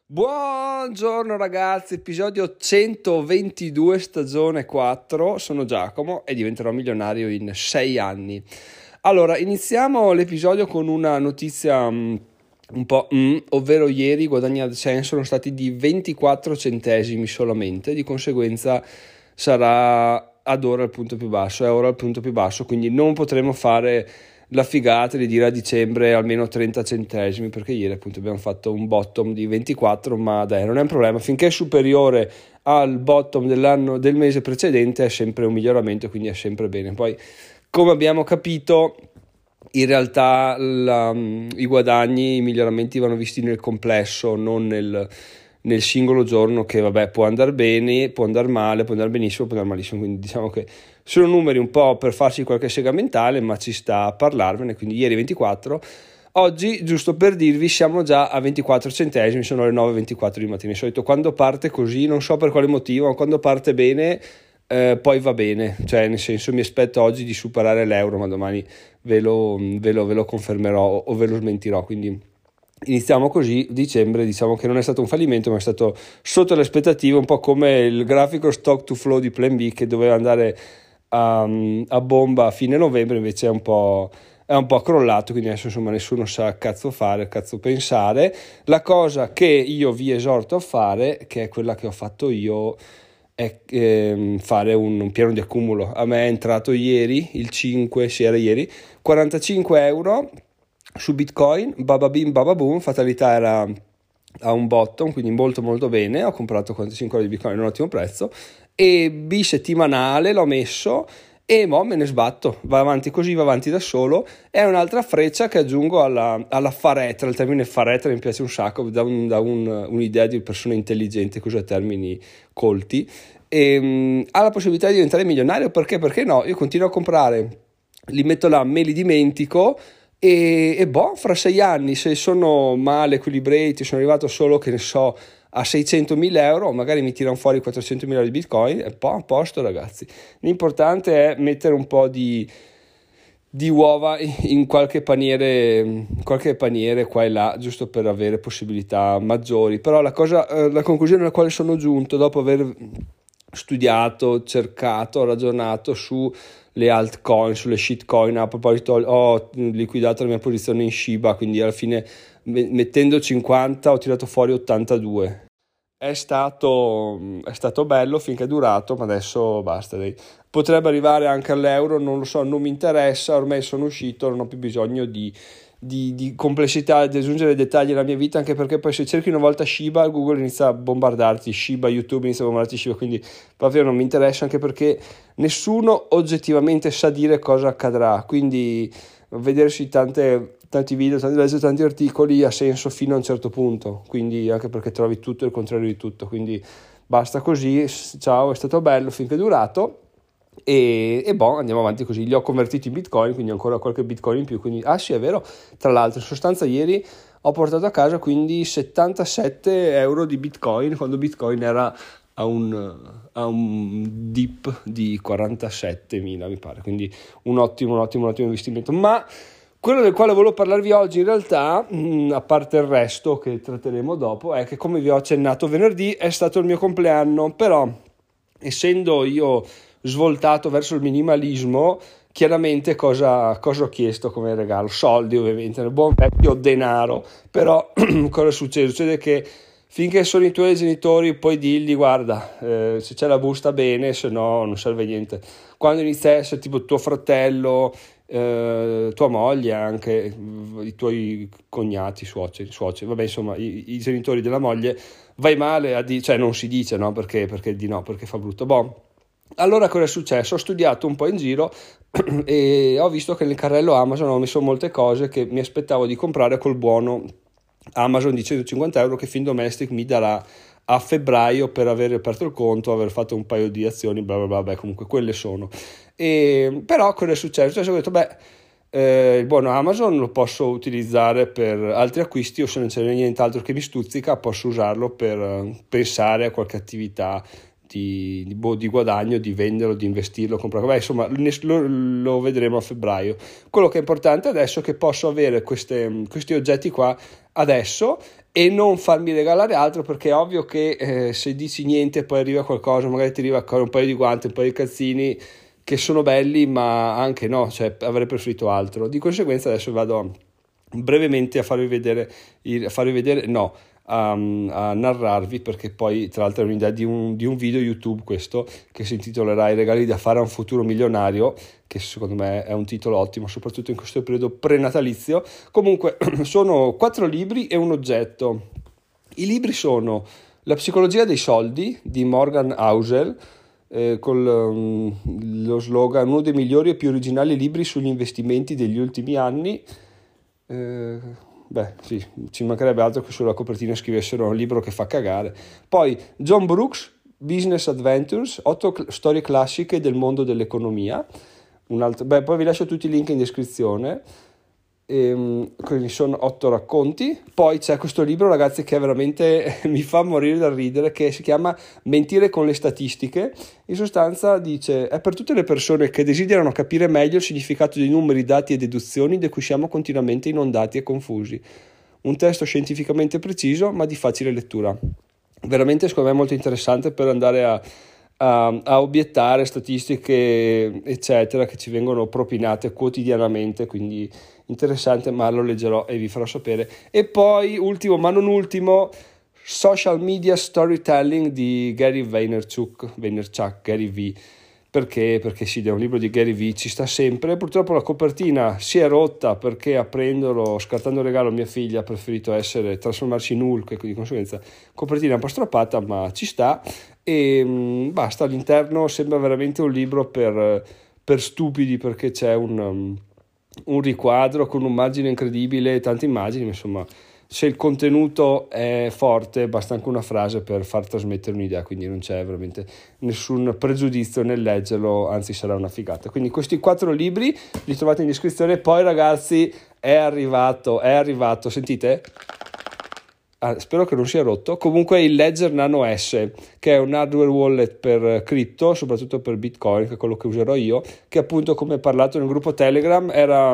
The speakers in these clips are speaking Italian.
Buongiorno ragazzi, episodio 122 stagione 4, sono Giacomo e diventerò milionario in 6 anni. Allora, iniziamo l'episodio con una notizia un po', ovvero ieri i guadagni AdSense sono stati di 24 centesimi solamente, di conseguenza sarà ad ora il punto più basso, è ora il punto più basso, quindi non potremo fare la figata di dire a dicembre almeno 30 centesimi, perché ieri appunto abbiamo fatto un bottom di 24, ma dai, non è un problema, finché è superiore al bottom del mese precedente è sempre un miglioramento, quindi è sempre bene. Poi, come abbiamo capito, in realtà i guadagni, i miglioramenti vanno visti nel complesso, non nel singolo giorno, che vabbè può andare bene, può andare male, può andare benissimo, può andare malissimo, quindi diciamo che sono numeri un po' per farci qualche sega mentale, ma ci sta a parlarvene. Quindi ieri 24, oggi, giusto per dirvi, siamo già a 24 centesimi, sono le 9:24 di mattina. Di solito quando parte così, non so per quale motivo, ma quando parte bene poi va bene, cioè nel senso mi aspetto oggi di superare l'euro, ma domani ve lo confermerò o ve lo smentirò, quindi iniziamo così. Dicembre diciamo che non è stato un fallimento, ma è stato sotto le aspettative, un po' come il grafico stock to flow di Plan B che doveva andare a bomba a fine novembre, invece è un po' crollato, quindi adesso insomma nessuno sa cazzo fare, cazzo pensare. La cosa che io vi esorto a fare, che è quella che ho fatto io, è fare un piano di accumulo. A me è entrato ieri, il 5, sì era ieri, 45 euro su Bitcoin, bababim bababoom, fatalità era a un bottom, quindi molto molto bene, ho comprato 45 euro di Bitcoin a un ottimo prezzo, e bisettimanale l'ho messo e mo me ne sbatto, va avanti così, va avanti da solo. È un'altra freccia che aggiungo alla faretra. Il termine faretra mi piace un sacco, da un'idea di persona intelligente che usa termini colti, e ha la possibilità di diventare milionario. Perché no? Io continuo a comprare, li metto là, me li dimentico e fra 6 anni, se sono mal equilibrati, sono arrivato solo, che ne so, a 600.000 euro, magari mi tirano fuori 400.000 di Bitcoin e poi a posto, ragazzi. L'importante è mettere un po' di uova in qualche paniere qua e là, giusto per avere possibilità maggiori. Però la conclusione alla quale sono giunto dopo aver studiato, cercato, ragionato su le altcoin, sulle shitcoin, a proposito ho liquidato la mia posizione in Shiba, quindi alla fine mettendo 50 ho tirato fuori 82. È stato bello finché è durato, ma adesso basta, dai. Potrebbe arrivare anche all'euro, non lo so, non mi interessa, ormai sono uscito, non ho più bisogno di complessità, di aggiungere dettagli alla mia vita, anche perché poi se cerchi una volta Shiba, Google inizia a bombardarti, Shiba, YouTube inizia a bombardarti Shiba, quindi proprio non mi interessa, anche perché nessuno oggettivamente sa dire cosa accadrà, quindi vedersi tanti video, leggere tanti articoli ha senso fino a un certo punto, quindi anche perché trovi tutto il contrario di tutto, quindi basta così, ciao, è stato bello finché è durato. E andiamo avanti così. Li ho convertiti in Bitcoin, quindi ancora qualche Bitcoin in più, quindi sì, è vero. Tra l'altro, in sostanza ieri ho portato a casa quindi 77 euro di Bitcoin, quando Bitcoin era a un dip di 47.000 mi pare, quindi un ottimo investimento. Ma quello del quale volevo parlarvi oggi in realtà, a parte il resto che tratteremo dopo, è che, come vi ho accennato venerdì, è stato il mio compleanno. Però, essendo io svoltato verso il minimalismo, chiaramente cosa ho chiesto come regalo? Soldi, ovviamente, nel buon vecchio denaro. Però cosa succede? Succede che finché sono i tuoi genitori puoi dirgli guarda, se c'è la busta bene, se no non serve niente. Quando inizia a essere tipo tuo fratello, tua moglie, anche i tuoi cognati, suoceri, vabbè, insomma i genitori della moglie, vai male a cioè non si dice, no, perché di no, perché fa brutto. Allora cosa è successo? Ho studiato un po' in giro e ho visto che nel carrello Amazon ho messo molte cose che mi aspettavo di comprare col buono Amazon di 150 euro che Findomestic mi darà a febbraio per aver aperto il conto, aver fatto un paio di azioni, bla bla bla, beh, comunque quelle sono. Però cosa è successo? Ho detto, il buono Amazon lo posso utilizzare per altri acquisti, o se non c'è nient'altro che mi stuzzica posso usarlo per pensare a qualche attività di guadagno, di venderlo, di investirlo, comprarlo. Insomma lo vedremo a febbraio. Quello che è importante adesso è che posso avere questi oggetti qua adesso e non farmi regalare altro, perché è ovvio che se dici niente poi arriva qualcosa, magari ti arriva un paio di guanti, un paio di calzini che sono belli ma anche no, cioè avrei preferito altro. Di conseguenza adesso vado brevemente a farvi vedere, a narrarvi, perché poi tra l'altro è un'idea di un video YouTube questo, che si intitolerà I regali da fare a un futuro milionario, che secondo me è un titolo ottimo, soprattutto in questo periodo prenatalizio. Comunque sono 4 libri e un oggetto. I libri sono La psicologia dei soldi di Morgan Housel, con lo slogan uno dei migliori e più originali libri sugli investimenti degli ultimi anni. Sì, ci mancherebbe altro che sulla copertina scrivessero un libro che fa cagare. Poi John Brooks, Business Adventures, 8 storie classiche del mondo dell'economia. Poi vi lascio tutti i link in descrizione. Quindi sono 8 racconti. Poi c'è questo libro, ragazzi, che veramente mi fa morire dal ridere, che si chiama Mentire con le statistiche. In sostanza dice: è per tutte le persone che desiderano capire meglio il significato di numeri, dati e deduzioni di cui siamo continuamente inondati e confusi. Un testo scientificamente preciso ma di facile lettura. Veramente secondo me è molto interessante per andare a obiettare statistiche eccetera che ci vengono propinate quotidianamente, quindi interessante, ma lo leggerò e vi farò sapere. E poi ultimo ma non ultimo, Social Media Storytelling di Gary Vaynerchuk, Gary V. Perché sì, è un libro di Gary V, ci sta sempre. Purtroppo la copertina si è rotta perché aprendolo, scartando il regalo, mia figlia ha preferito trasformarsi in Hulk, e quindi di conseguenza copertina un po' strappata, ma ci sta. E basta, all'interno sembra veramente un libro per stupidi, perché c'è un riquadro con un margine incredibile, tante immagini, insomma, se il contenuto è forte basta anche una frase per far trasmettere un'idea, quindi non c'è veramente nessun pregiudizio nel leggerlo, anzi sarà una figata. Quindi questi 4 libri li trovate in descrizione. Poi ragazzi è arrivato, sentite? Spero che non sia rotto. Comunque il Ledger Nano S, che è un hardware wallet per cripto, soprattutto per Bitcoin, che è quello che userò io, che appunto, come parlato nel gruppo Telegram, era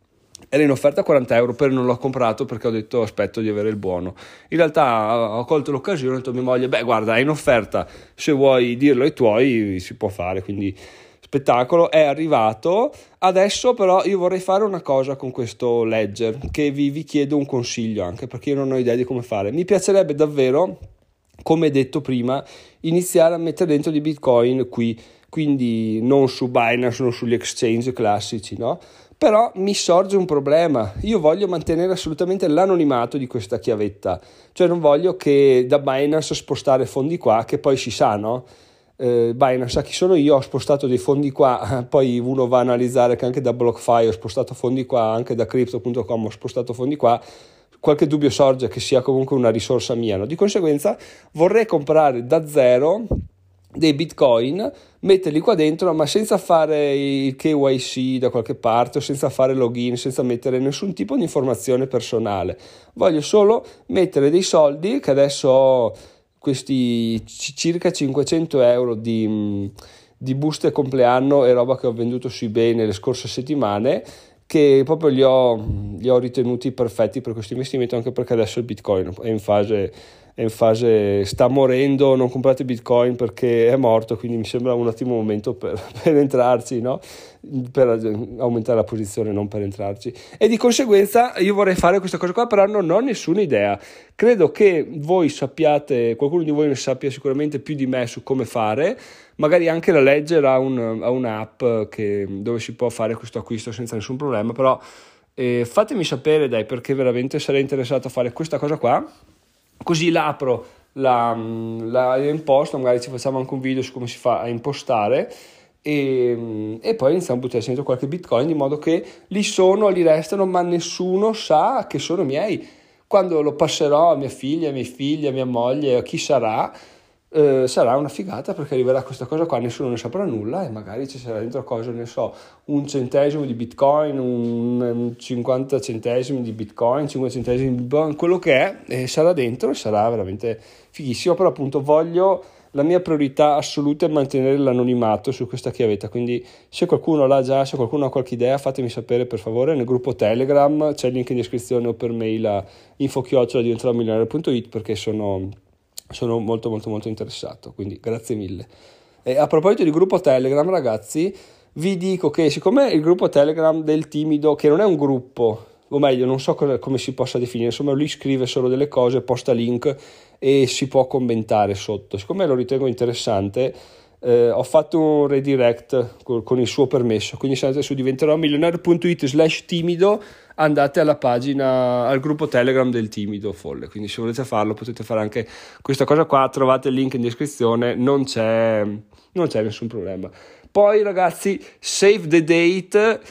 in offerta a 40 euro, però non l'ho comprato perché ho detto aspetto di avere il buono. In realtà ho colto l'occasione, ho detto a mia moglie: beh guarda, è in offerta, se vuoi dirlo ai tuoi si può fare, quindi spettacolo. È arrivato. Adesso però io vorrei fare una cosa con questo Ledger, che vi chiedo un consiglio, anche perché io non ho idea di come fare. Mi piacerebbe davvero, come detto prima, iniziare a mettere dentro di Bitcoin qui, quindi non su Binance, non sugli exchange classici, no? Però mi sorge un problema: io voglio mantenere assolutamente l'anonimato di questa chiavetta, cioè non voglio che da Binance spostare fondi qua, che poi si sa, no? Binance sa chi sono io, ho spostato dei fondi qua, poi uno va a analizzare che anche da BlockFi ho spostato fondi qua, anche da Crypto.com ho spostato fondi qua, qualche dubbio sorge che sia comunque una risorsa mia, no? Di conseguenza vorrei comprare da zero dei Bitcoin, metterli qua dentro, ma senza fare il KYC da qualche parte, o senza fare login, senza mettere nessun tipo di informazione personale. Voglio solo mettere dei soldi, che adesso ho questi circa 500 euro di buste compleanno e roba che ho venduto su eBay nelle scorse settimane, che proprio li ho ritenuti perfetti per questo investimento, anche perché adesso il Bitcoin è in fase, sta morendo. Non comprate Bitcoin perché è morto, quindi mi sembra un ottimo momento per entrarci, no? Per aumentare la posizione, non per entrarci. E di conseguenza io vorrei fare questa cosa qua, però non ho nessuna idea. Credo che voi sappiate, qualcuno di voi ne sappia sicuramente più di me su come fare. Magari anche la Ledger ha un'app dove si può fare questo acquisto senza nessun problema, però fatemi sapere, dai, perché veramente sarei interessato a fare questa cosa qua. Così la apro, la imposto, magari ci facciamo anche un video su come si fa a impostare, e poi iniziamo a buttare dentro qualche Bitcoin, di modo che li restano, ma nessuno sa che sono miei. Quando lo passerò a mia figlia, ai miei figli, a mia moglie, a chi sarà una figata, perché arriverà questa cosa qua, nessuno ne saprà nulla, e magari ci sarà dentro cosa, ne so, 1 centesimo di Bitcoin, un 50 centesimi di Bitcoin, 50 centesimi di Bitcoin, quello che è, sarà dentro, e sarà veramente fighissimo. Però appunto voglio la mia priorità assoluta è mantenere l'anonimato su questa chiavetta, quindi se qualcuno l'ha già, se qualcuno ha qualche idea, fatemi sapere per favore nel gruppo Telegram, c'è il link in descrizione, o per mail a info@diventeromilionario.it, perché sono molto molto molto interessato, quindi grazie mille. E a proposito di gruppo Telegram, ragazzi, vi dico che siccome il gruppo Telegram del Timido, che non è un gruppo, o meglio non so come si possa definire, insomma lui scrive solo delle cose, posta link e si può commentare sotto, siccome lo ritengo interessante, ho fatto un redirect con il suo permesso, quindi se andate su diventeromilionario.it/timido andate alla pagina, al gruppo Telegram del Timido Folle, quindi se volete farlo potete fare anche questa cosa qua, trovate il link in descrizione, non c'è nessun problema. Poi ragazzi, save the date,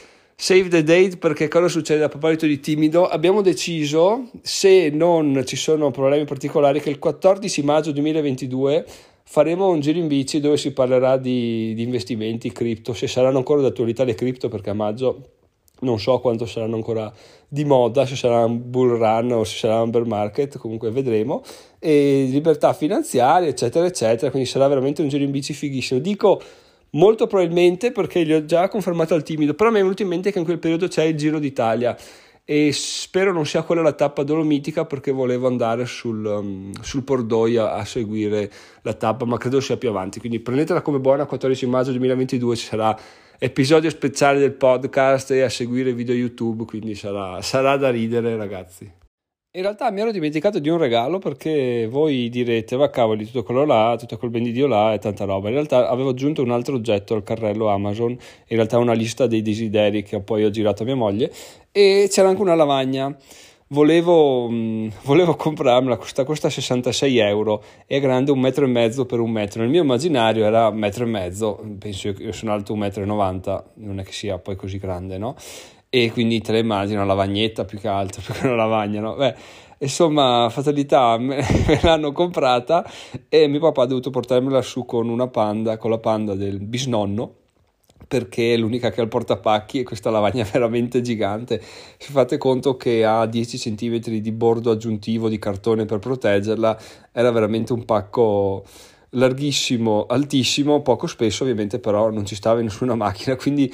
perché cosa succede a proposito di Timido? Abbiamo deciso, se non ci sono problemi particolari, che il 14 maggio 2022 faremo un giro in bici dove si parlerà di investimenti, cripto, se saranno ancora d'attualità le cripto, perché a maggio non so quanto saranno ancora di moda, se sarà un bull run o se sarà un bear market, comunque vedremo, e libertà finanziaria eccetera eccetera, quindi sarà veramente un giro in bici fighissimo. Dico molto probabilmente perché li ho già confermato al Timido, però mi è venuto in mente che in quel periodo c'è il Giro d'Italia e spero non sia quella la tappa dolomitica, perché volevo andare sul Pordoi a seguire la tappa, ma credo sia più avanti, quindi prendetela come buona. 14 maggio 2022 ci sarà episodio speciale del podcast e a seguire video YouTube, quindi sarà da ridere ragazzi. In realtà mi ero dimenticato di un regalo, perché voi direte va cavoli, tutto quello là, tutto quel ben di Dio là e tanta roba. In realtà avevo aggiunto un altro oggetto al carrello Amazon, in realtà una lista dei desideri che poi ho girato a mia moglie, e c'era anche una lavagna. Volevo comprarmela, costa 66 euro, è grande 1,5 metri per 1 metro, nel mio immaginario era 1,5 metri, penso io sono alto 1,90 m, non è che sia poi così grande, no? E quindi te la immagini una lavagnetta più che altro, più che una lavagna, no? Beh, insomma, fatalità, me l'hanno comprata e mio papà ha dovuto portarmela su con la panda del bisnonno, perché è l'unica che ha il portapacchi, e questa lavagna è veramente gigante. Se fate conto che ha 10 cm di bordo aggiuntivo di cartone per proteggerla, era veramente un pacco larghissimo, altissimo, poco spesso ovviamente, però non ci stava in nessuna macchina, quindi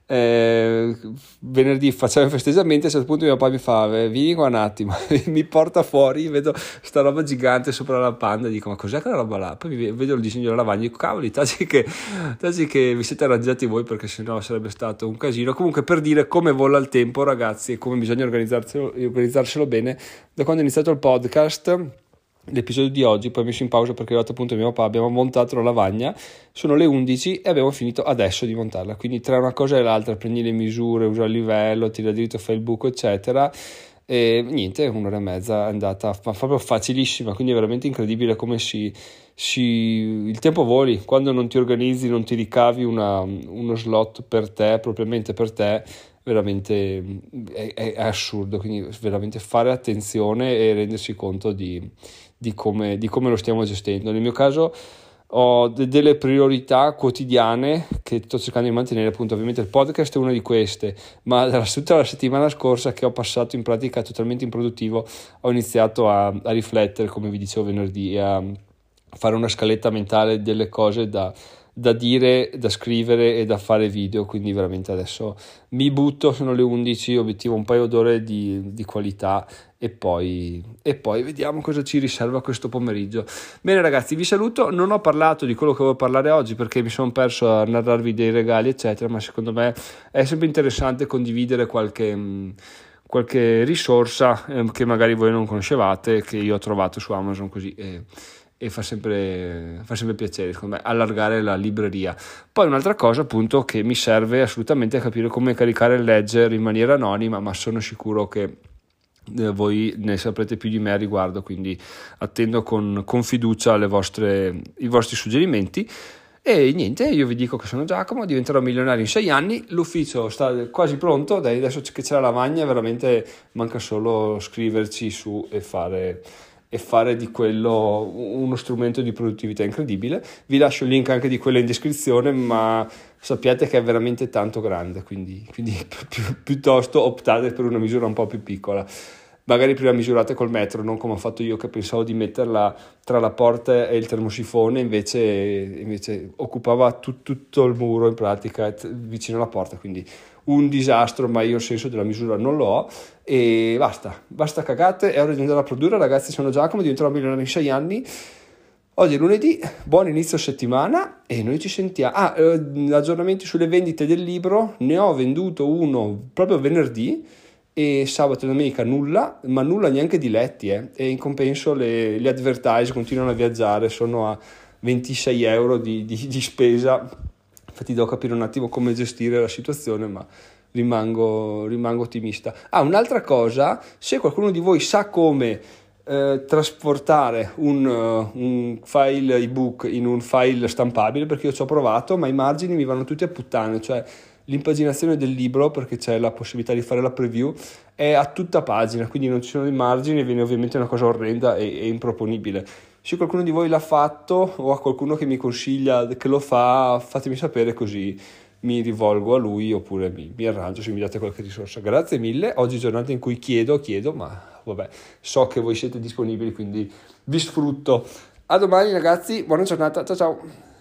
venerdì facciamo i festeggiamenti, a un certo punto mio papà mi fa vieni qua un attimo, mi porta fuori, vedo sta roba gigante sopra la panda e dico ma cos'è quella roba là, poi vedo il disegno della lavagna e dico cavoli, taci che vi siete arrangiati voi, perché sennò sarebbe stato un casino. Comunque, per dire come vola il tempo ragazzi e come bisogna organizzarselo bene, da quando è iniziato il podcast, l'episodio di oggi, poi ho messo in pausa perché è arrivato appunto mio papà, abbiamo montato la lavagna, sono le 11 e abbiamo finito adesso di montarla, quindi tra una cosa e l'altra prendi le misure, usa il livello, tira dritto, fai il buco eccetera, e niente, 1 ora e mezza è andata proprio facilissima, quindi è veramente incredibile come il tempo voli quando non ti organizzi, non ti ricavi uno slot per te, propriamente per te. Veramente è assurdo, quindi veramente fare attenzione e rendersi conto di come lo stiamo gestendo. Nel mio caso ho delle priorità quotidiane che sto cercando di mantenere, appunto ovviamente il podcast è una di queste, ma tutta la settimana scorsa, che ho passato in pratica totalmente improduttivo, ho iniziato a riflettere, come vi dicevo venerdì, a fare una scaletta mentale delle cose da dire, da scrivere e da fare video, quindi veramente adesso mi butto, sono le 11, obiettivo un paio d'ore di qualità e poi vediamo cosa ci riserva questo pomeriggio. Bene ragazzi, vi saluto, non ho parlato di quello che volevo parlare oggi perché mi sono perso a narrarvi dei regali eccetera, ma secondo me è sempre interessante condividere qualche risorsa che magari voi non conoscevate, che io ho trovato su Amazon, così e fa sempre piacere, secondo me, allargare la libreria. Poi un'altra cosa appunto che mi serve assolutamente a capire come caricare il Ledger in maniera anonima, ma sono sicuro che voi ne saprete più di me a riguardo, quindi attendo con fiducia i vostri suggerimenti. E niente, io vi dico che sono Giacomo, diventerò milionario in 6 anni, l'ufficio sta quasi pronto, dai, adesso che c'è la lavagna veramente manca solo scriverci su e fare di quello uno strumento di produttività incredibile. Vi lascio il link anche di quello in descrizione, ma sappiate che è veramente tanto grande, quindi piuttosto optate per una misura un po' più piccola. magari prima misurate col metro, non come ho fatto io che pensavo di metterla tra la porta e il termosifone, invece occupava tutto il muro in pratica vicino alla porta, quindi un disastro, ma io il senso della misura non l'ho e basta cagate, è ora di andare a produrre, ragazzi. Sono Giacomo, diventerò milionario in 6 anni. Oggi è lunedì, buon inizio settimana e noi ci sentiamo. Aggiornamenti sulle vendite del libro, ne ho venduto uno proprio venerdì e sabato e domenica nulla, ma nulla neanche di letti, e in compenso le advertise continuano a viaggiare, sono a 26 euro di spesa. Infatti devo capire un attimo come gestire la situazione, ma rimango ottimista. Un'altra cosa, se qualcuno di voi sa come trasportare un file ebook in un file stampabile, perché io ci ho provato, ma i margini mi vanno tutti a puttane, cioè l'impaginazione del libro, perché c'è la possibilità di fare la preview, è a tutta pagina, quindi non ci sono i margini e viene ovviamente una cosa orrenda e improponibile. Se qualcuno di voi l'ha fatto o ha qualcuno che mi consiglia che lo fa, fatemi sapere, così mi rivolgo a lui oppure mi arrangio se mi date qualche risorsa. Grazie mille, oggi è giornata in cui chiedo, ma vabbè, so che voi siete disponibili, quindi vi sfrutto. A domani ragazzi, buona giornata, ciao ciao.